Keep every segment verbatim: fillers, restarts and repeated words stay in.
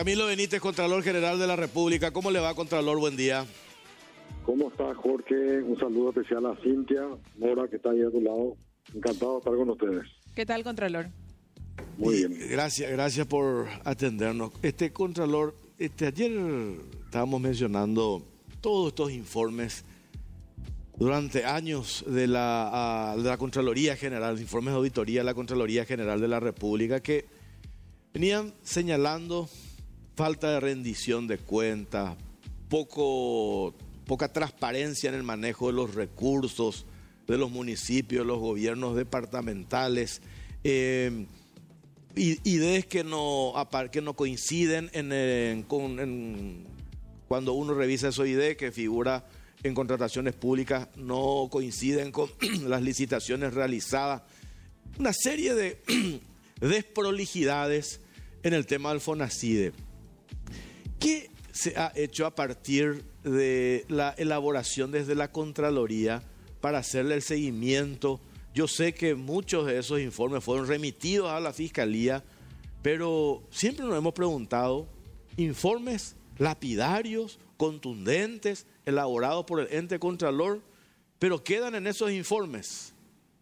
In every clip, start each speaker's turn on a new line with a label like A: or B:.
A: Camilo Benítez, Contralor General de la República. ¿Cómo le va, Contralor? Buen día.
B: ¿Cómo está, Jorge? Un saludo especial a Cintia Mora, que está ahí a tu lado. Encantado de estar con ustedes.
C: ¿Qué tal, Contralor?
B: Muy
A: Y
B: bien.
A: Gracias, gracias por atendernos. Este Contralor, este, ayer estábamos mencionando todos estos informes durante años de la, uh, de la Contraloría General, informes de auditoría de la Contraloría General de la República, que venían señalando falta de rendición de cuentas, poco, poca transparencia en el manejo de los recursos de los municipios, los gobiernos departamentales, eh, ideas que no, que no coinciden en, en, con, en, cuando uno revisa esos ideas que figura en contrataciones públicas, no coinciden con las licitaciones realizadas, una serie de desprolijidades en el tema del FONACIDE. ¿Qué se ha hecho a partir de la elaboración desde la Contraloría para hacerle el seguimiento? Yo sé que muchos de esos informes fueron remitidos a la Fiscalía, pero siempre nos hemos preguntado, informes lapidarios, contundentes, elaborados por el ente Contralor, pero quedan en esos informes.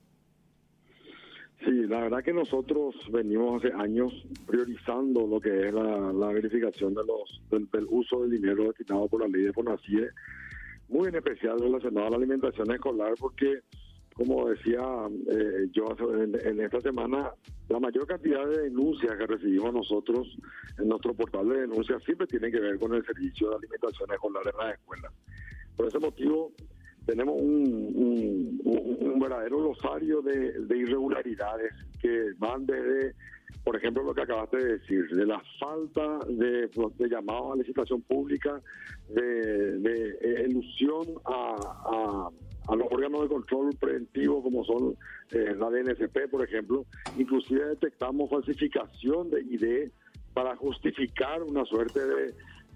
B: Sí, la verdad que nosotros venimos hace años priorizando lo que es la, la verificación de los del, del uso del dinero destinado por la ley de FONACIDE, muy en especial relacionado a la alimentación escolar, porque, como decía eh, yo en, en esta semana, la mayor cantidad de denuncias que recibimos nosotros en nuestro portal de denuncias siempre tiene que ver con el servicio de alimentación escolar en las escuelas. Por ese motivo, tenemos un, un, un verdadero rosario de, de irregularidades que van desde, por ejemplo, lo que acabaste de decir, de la falta de, de llamados a licitación pública, de, de elusión a, a, a los órganos de control preventivo como son eh, la D N S P, por ejemplo. Inclusive detectamos falsificación de I D para justificar una suerte de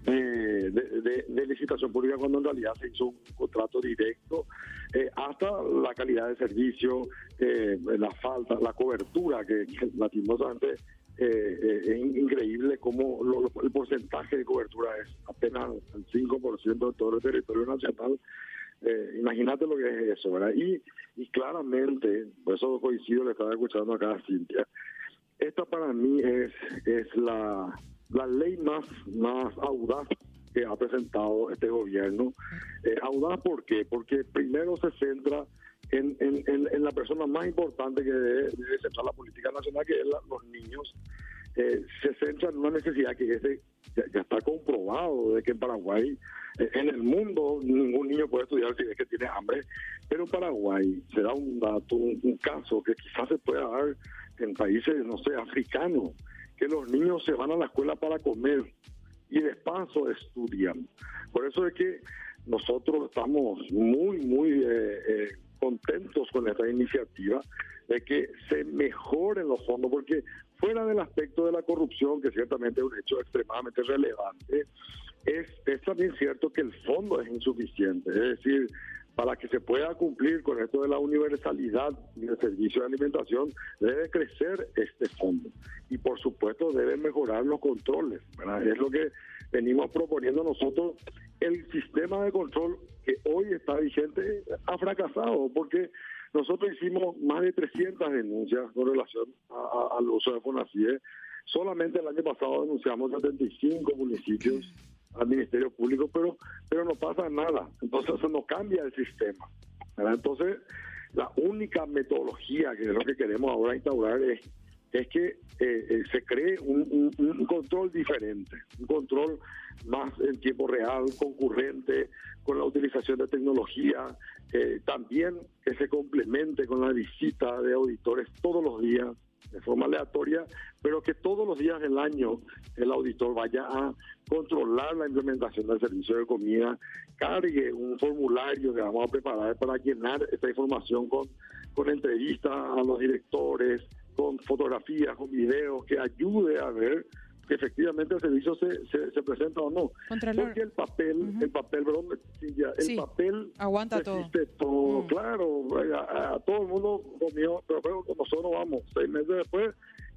B: De, de, de, de licitación pública cuando en realidad se hizo un contrato directo, eh, hasta la calidad de servicio, eh, la falta, la cobertura, que, que lastimosamente eh, eh, es increíble cómo lo, lo, el porcentaje de cobertura es apenas el cinco por ciento de todo el territorio nacional. Eh, imagínate lo que es eso, ¿verdad? Y, y claramente, por eso coincido, le estaba escuchando acá a Cintia, esta para mí es, es la... la ley más, más audaz que ha presentado este gobierno. Eh, audaz, ¿por qué? Porque primero se centra en, en, en, en la persona más importante que debe, debe centrar la política nacional, que es la, los niños. Eh, se centra en una necesidad que es de, ya, ya está comprobado de que en Paraguay, eh, en el mundo, ningún niño puede estudiar si es que tiene hambre, pero en Paraguay se da un dato, un, un caso que quizás se pueda dar en países, no sé, africanos, que los niños se van a la escuela para comer y de paso estudian. Por eso es que nosotros estamos muy, muy eh, eh, contentos con esta iniciativa de que se mejoren los fondos, porque fuera del aspecto de la corrupción, que ciertamente es un hecho extremadamente relevante, es, es también cierto que el fondo es insuficiente. Es decir, para que se pueda cumplir con esto de la universalidad del servicio de alimentación, debe crecer este fondo. Y por supuesto deben mejorar los controles, ¿verdad? Es lo que venimos proponiendo nosotros. El sistema de control que hoy está vigente ha fracasado, porque nosotros hicimos más de trescientas denuncias con relación a, a, al uso de FONACIDE. Solamente el año pasado denunciamos setenta y cinco municipios al Ministerio Público, pero pero no pasa nada. Entonces eso no cambia el sistema, ¿verdad? Entonces la única metodología que es lo que queremos ahora instaurar es, es que eh, eh, se cree un, un, un control diferente, un control más en tiempo real, concurrente, con la utilización de tecnología, eh, también que se complemente con la visita de auditores todos los días, de forma aleatoria, pero que todos los días del año el auditor vaya a controlar la implementación del servicio de comida, cargue un formulario que vamos a preparar para llenar esta información con, con entrevistas a los directores, con fotografías, con videos, que ayude a ver que efectivamente el servicio se, se, se presenta o no.
C: Contralor.
B: Porque el papel, uh-huh. el papel, perdón, el
C: sí,
B: papel
C: aguanta
B: resiste todo, todo mm. claro, a, a todo el mundo comió, pero, pero nosotros vamos seis meses después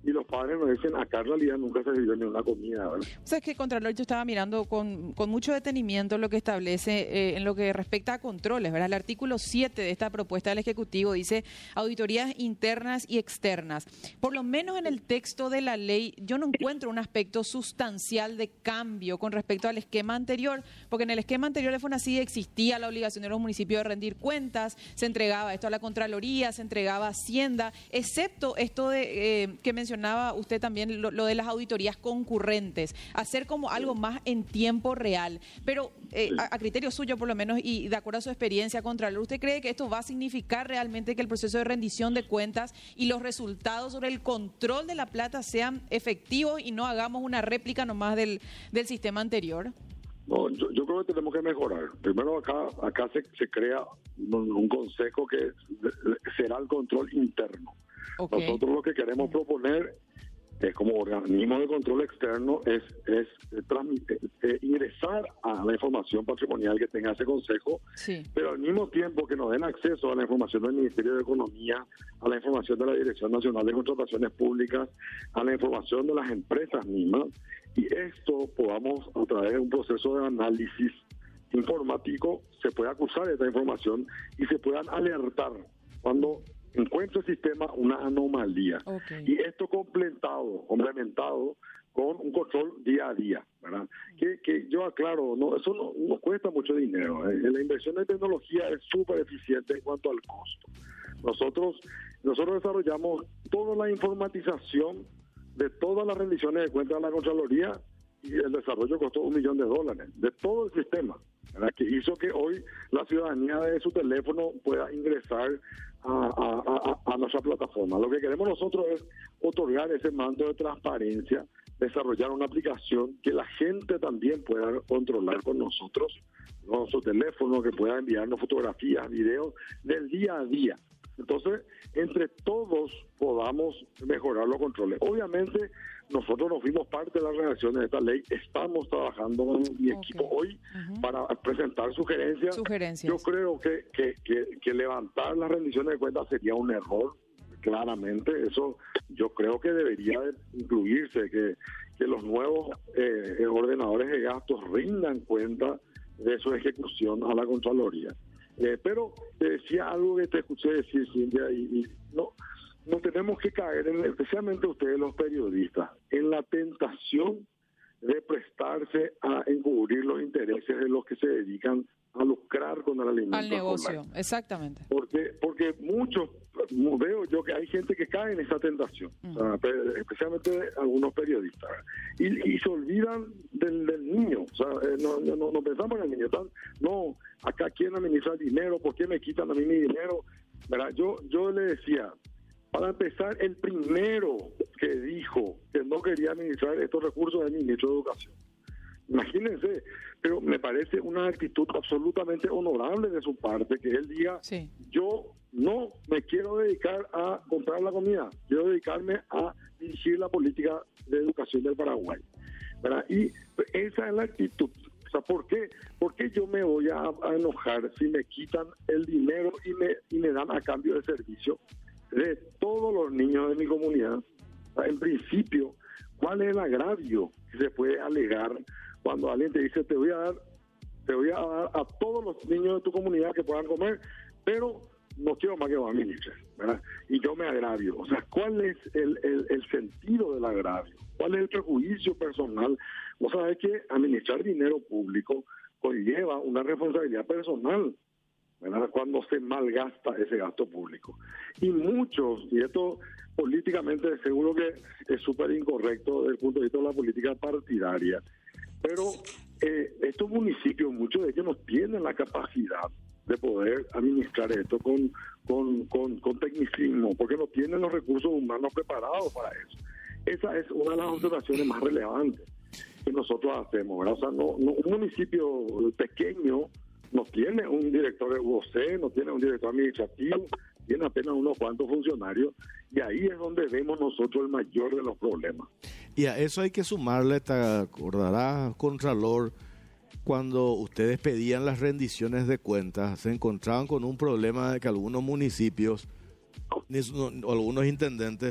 B: y los padres nos dicen, acá en realidad nunca se sirvió ni una comida, ¿verdad?
C: O sea, es que Contralor, yo estaba mirando con, con mucho detenimiento lo que establece eh, en lo que respecta a controles, ¿verdad? El artículo siete de esta propuesta del Ejecutivo dice auditorías internas y externas. Por lo menos en el texto de la ley yo no encuentro un aspecto sustancial de cambio con respecto al esquema anterior, porque en el esquema anterior de FONACYDE existía la obligación de los municipios de rendir cuentas, se entregaba esto a la Contraloría, se entregaba a Hacienda, excepto esto de eh, que mencionaba usted también, lo, lo de las auditorías concurrentes, hacer como algo más en tiempo real. Pero eh, a, a criterio suyo, por lo menos, y de acuerdo a su experiencia, Contralor, ¿usted cree que esto va a significar realmente que el proceso de rendición de cuentas y los resultados sobre el control de la plata sean efectivos y no hagamos una réplica nomás del, del sistema anterior?
B: No, yo, yo creo que tenemos que mejorar. Primero acá acá se, se crea un, un consejo que será el control interno. Okay. Nosotros lo que queremos proponer eh, como organismo de control externo es, es eh, eh, ingresar a la información patrimonial que tenga ese consejo, sí. Pero al mismo tiempo que nos den acceso a la información del Ministerio de Economía, a la información de la Dirección Nacional de Contrataciones Públicas, a la información de las empresas mismas, y esto podamos, a través de un proceso de análisis informático, se pueda acusar esta información y se puedan alertar cuando encuentra el sistema una anomalía. Okay. Y esto completado, complementado con un control día a día, ¿verdad? Que, que yo aclaro, no, eso no, no cuesta mucho dinero. ¿eh? La inversión de tecnología es súper eficiente en cuanto al costo. Nosotros, nosotros desarrollamos toda la informatización de todas las rendiciones de cuentas de la Contraloría y el desarrollo costó un millón de dólares, de todo el sistema, ¿verdad? Que hizo que hoy la ciudadanía de su teléfono pueda ingresar a, a, a, a nuestra plataforma. Lo que queremos nosotros es otorgar ese mando de transparencia, desarrollar una aplicación que la gente también pueda controlar con nosotros, nuestro teléfono, que pueda enviarnos fotografías, videos del día a día. Entonces, entre todos podamos mejorar los controles. Obviamente, nosotros nos fuimos parte de la redacción de esta ley. Estamos trabajando con mi okay. equipo hoy uh-huh. para presentar sugerencias.
C: sugerencias.
B: Yo creo que, que, que, que levantar las rendiciones de cuentas sería un error, claramente. Eso yo creo que debería incluirse, que, que los nuevos eh, ordenadores de gastos rindan cuenta de su ejecución a la Contraloría. Eh, pero te decía algo que te escuché decir, Cintia, y, y no, no tenemos que caer, en, especialmente ustedes los periodistas, en la tentación de prestarse a encubrir los intereses de los que se dedican a lucrar con el alimento
C: al negocio,
B: escolar.
C: Exactamente.
B: Porque, porque muchos, veo yo que hay gente que cae en esa tentación, uh-huh. o sea, especialmente algunos periodistas, y, y se olvidan del, del niño, o sea, eh, no, no, no pensamos en el niño, están, no, acá quién administra el dinero, ¿por qué me quitan a mí mi dinero? ¿Verdad? Yo, yo le decía, para empezar, el primero que dijo que no quería administrar estos recursos es el ministro de Educación. Imagínense, pero me parece una actitud absolutamente honorable de su parte, que él diga, sí. yo no me quiero dedicar a comprar la comida, quiero dedicarme a dirigir la política de educación del Paraguay, ¿verdad? Y esa es la actitud. O sea, ¿por qué, ¿por qué yo me voy a, a enojar si me quitan el dinero y me, y me dan a cambio de servicio de todos los niños de mi comunidad? O sea, en principio, ¿cuál es el agravio que se puede alegar cuando alguien te dice, te voy a dar, te voy a dar a todos los niños de tu comunidad que puedan comer, pero no quiero más que me administren, ¿verdad? Y yo me agravio. O sea, ¿cuál es el, el, el sentido del agravio? ¿Cuál es el prejuicio personal? Vos sabés que administrar dinero público conlleva una responsabilidad personal, ¿verdad? Cuando se malgasta ese gasto público. Y muchos, y esto políticamente seguro que es súper incorrecto desde el punto de vista de la política partidaria, pero eh, estos municipios, muchos de ellos no tienen la capacidad de poder administrar esto con, con, con, con tecnicismo, porque no tienen los recursos humanos preparados para eso. Esa es una de las observaciones más relevantes que nosotros hacemos, ¿verdad? O sea, no, no, un municipio pequeño no tiene un director de U O C, no tiene un director administrativo, tiene apenas unos cuantos funcionarios, y ahí es donde vemos nosotros el mayor de los problemas.
A: Y a eso hay que sumarle, te acordarás, Contralor, cuando ustedes pedían las rendiciones de cuentas, se encontraban con un problema de que algunos municipios, o algunos intendentes,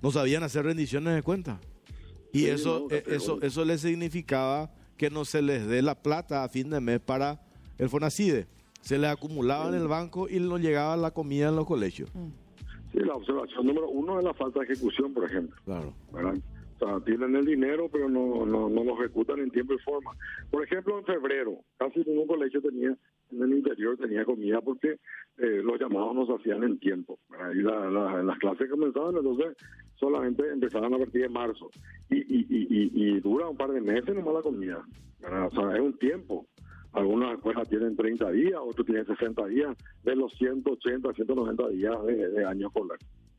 A: no sabían hacer rendiciones de cuentas. Y
B: Sí,
A: eso,
B: no,
A: eh, eso, eso les significaba que no se les dé la plata a fin de mes para el FONACIDE. Se les acumulaba en el banco y no llegaba la comida en los colegios.
B: Sí, la observación número uno es la falta de ejecución, por ejemplo.
A: Claro.
B: ¿Verdad? O sea, tienen el dinero, pero no, no, no lo ejecutan en tiempo y forma. Por ejemplo, en febrero, casi ningún colegio tenía, en el interior tenía comida porque eh, los llamados no se hacían en tiempo. ¿Verdad? Y la, la, las clases comenzaban, entonces solamente empezaban a partir de marzo. Y, y, y, y, y dura un par de meses nomás la comida. ¿Verdad? O sea, es un tiempo. Algunas escuelas tienen treinta días, otros tienen sesenta días, de los ciento ochenta, ciento noventa días de, de año escolar.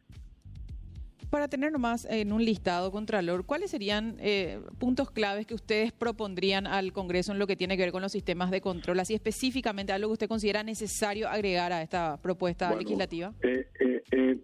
C: Para tener nomás en un listado, Contralor, ¿cuáles serían eh, puntos claves que ustedes propondrían al Congreso en lo que tiene que ver con los sistemas de control? Así específicamente algo que usted considera necesario agregar a esta propuesta
B: Bueno,
C: legislativa.
B: Eh, eh, eh,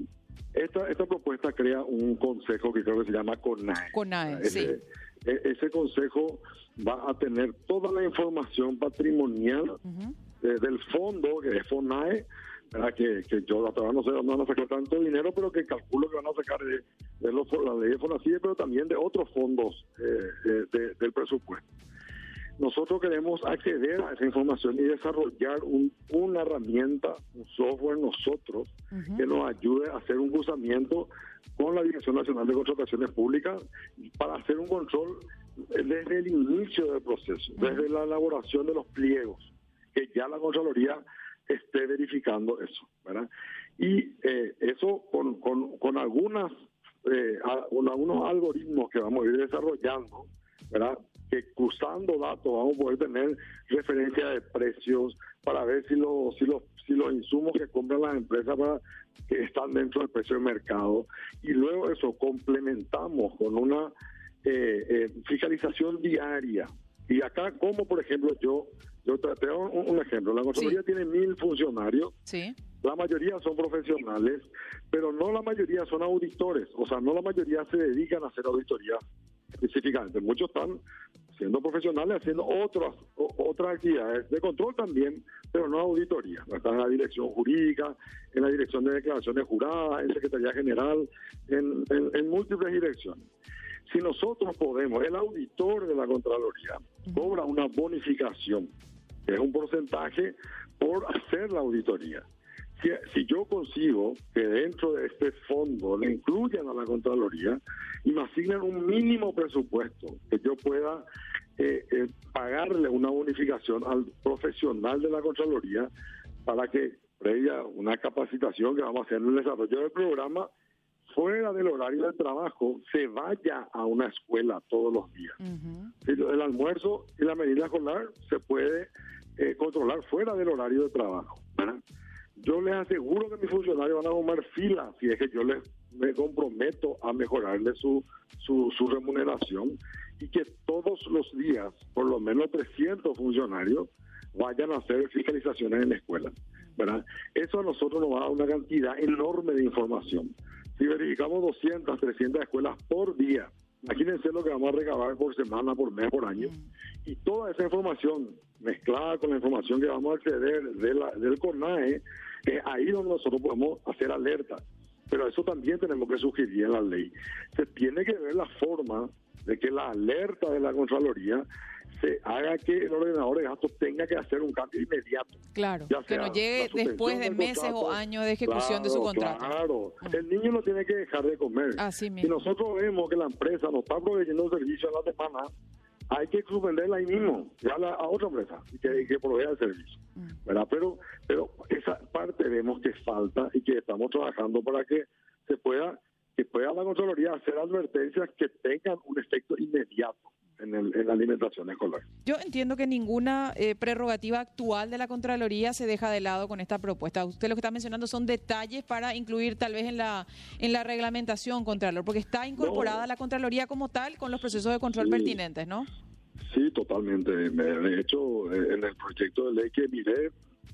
B: esta, esta propuesta crea un consejo que creo que se llama CONAE.
C: CONAE,
B: ese,
C: sí.
B: e- ese consejo va a tener toda la información patrimonial uh-huh. de, del fondo, que es FONAE, ¿verdad? Que, que yo hasta ahora no sé dónde van a sacar tanto dinero, pero que calculo que van a sacar de, de los, la ley de FONACIDE, pero también de otros fondos eh, de, del presupuesto. Nosotros queremos acceder a esa información y desarrollar un, una herramienta, un software nosotros, uh-huh. que nos ayude a hacer un cruzamiento con la Dirección Nacional de Contrataciones Públicas para hacer un control desde el inicio del proceso, uh-huh. desde la elaboración de los pliegos, que ya la Contraloría esté verificando eso, ¿verdad? Y eh, eso con, con, con algunas eh, a, con algunos algoritmos que vamos a ir desarrollando, ¿verdad? Que cruzando datos vamos a poder tener referencia de precios para ver si los si los si los insumos que compran las empresas para, que están dentro del precio del mercado, y luego eso complementamos con una eh, eh, fiscalización diaria. Y acá, como por ejemplo yo yo te doy un, un ejemplo, la Contraloría sí. tiene mil funcionarios,
C: sí.
B: la mayoría son profesionales, pero no la mayoría son auditores, o sea, no la mayoría se dedican a hacer auditoría específicamente, muchos están siendo profesionales haciendo otras o, otras actividades de control también, pero no auditoría. Están en la dirección jurídica, en la dirección de declaraciones juradas, en Secretaría General, en, en, en múltiples direcciones. Si nosotros podemos, el auditor de la Contraloría cobra una bonificación, que es un porcentaje por hacer la auditoría. Si, si yo consigo que dentro de este fondo le incluyan a la Contraloría y me asignen un mínimo presupuesto, que yo pueda eh, eh, pagarle una bonificación al profesional de la Contraloría para que, previa una capacitación que vamos a hacer en el desarrollo del programa, fuera del horario del trabajo, se vaya a una escuela todos los días. Uh-huh. El almuerzo y la merienda escolar se puede eh, controlar fuera del horario de trabajo, ¿verdad? Yo les aseguro que mis funcionarios van a tomar fila si es que yo les me comprometo a mejorarle su, su, su remuneración, y que todos los días, por lo menos trescientos funcionarios, vayan a hacer fiscalizaciones en la escuela, ¿verdad? Eso a nosotros nos va a dar una cantidad enorme de información. Si verificamos doscientas, trescientas escuelas por día, imagínense lo que vamos a recabar por semana, por mes, por año. Y toda esa información mezclada con la información que vamos a acceder de la, del CONAE, es ahí donde nosotros podemos hacer alertas. Pero eso también tenemos que sugerir en la ley. Se tiene que ver la forma de que la alerta de la Contraloría se haga que el ordenador de gastos tenga que hacer un cambio inmediato.
C: Claro, que no llegue después de meses contrato, o años de ejecución claro, de su contrato.
B: Claro, uh-huh. El niño no tiene que dejar de comer.
C: Así mismo.
B: Si nosotros vemos que la empresa nos está proveyendo un servicio a la semana, hay que suspenderla ahí mismo, ya a, la, a otra empresa que, que provea el servicio. Uh-huh. ¿Verdad? Pero, pero esa parte vemos que falta y que estamos trabajando para que se pueda, que pueda la Contraloría hacer advertencias que tengan un efecto inmediato en, el, en la alimentación escolar.
C: Yo entiendo que ninguna eh, prerrogativa actual de la Contraloría se deja de lado con esta propuesta. Usted lo que está mencionando son detalles para incluir tal vez en la en la reglamentación, Contralor, porque está incorporada no. la Contraloría como tal con los procesos de control sí. pertinentes, ¿no?
B: Sí, totalmente. De hecho, en el proyecto de ley que miré,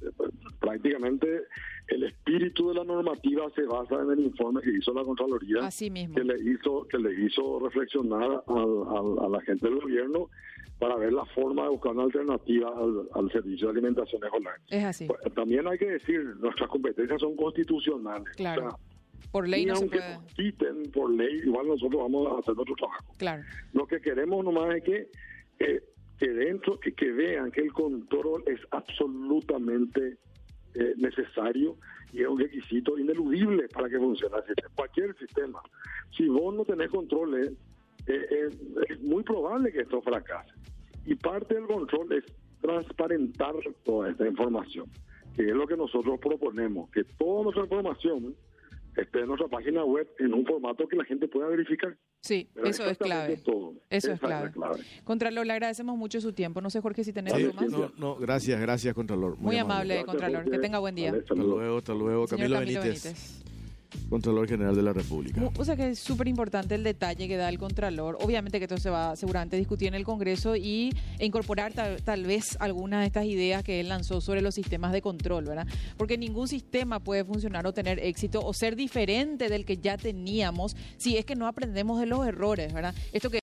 B: prácticamente el espíritu de la normativa se basa en el informe que hizo la Contraloría,
C: Así mismo.
B: que le hizo que le hizo reflexionar al, al, a la gente del gobierno para ver la forma de buscar una alternativa al, al servicio de alimentación escolar.
C: Es así.
B: También hay que decir, nuestras competencias son constitucionales.
C: Claro.
B: O sea,
C: Por ley
B: y
C: no se
B: aunque
C: puede.
B: nos quiten por ley, igual nosotros vamos a hacer nuestro trabajo.
C: Claro.
B: Lo que queremos nomás es que, eh, que dentro, que, que vean que el control es absolutamente eh, necesario y es un requisito ineludible para que funcione el sistema. Cualquier sistema. Si vos no tenés controles, eh, eh, es muy probable que esto fracase. Y parte del control es transparentar toda esta información, que es lo que nosotros proponemos, que toda nuestra información esté en nuestra página web en un formato que la gente pueda verificar.
C: Sí,
B: Pero
C: eso es clave.
B: todo.
C: Eso
B: Esa
C: es clave.
B: la clave.
C: Contralor, le agradecemos mucho su tiempo. No sé, Jorge, si tenés
A: Sí,
C: algo más.
A: no, no, gracias, gracias, Contralor.
C: Muy amable,
B: Gracias,
C: Contralor.
B: Jorge.
C: Que tenga buen día.
B: Vale,
A: Hasta
B: saludos.
A: luego, hasta luego.
C: Señor
A: Camilo,
C: Camilo
A: Benítez,
C: Benítez.
A: Contralor General de la República.
C: O sea que es súper importante el detalle que da el Contralor. Obviamente que esto se va seguramente a discutir en el Congreso y e incorporar tal, tal vez algunas de estas ideas que él lanzó sobre los sistemas de control, ¿verdad? Porque ningún sistema puede funcionar o tener éxito o ser diferente del que ya teníamos si es que no aprendemos de los errores, ¿verdad? Esto que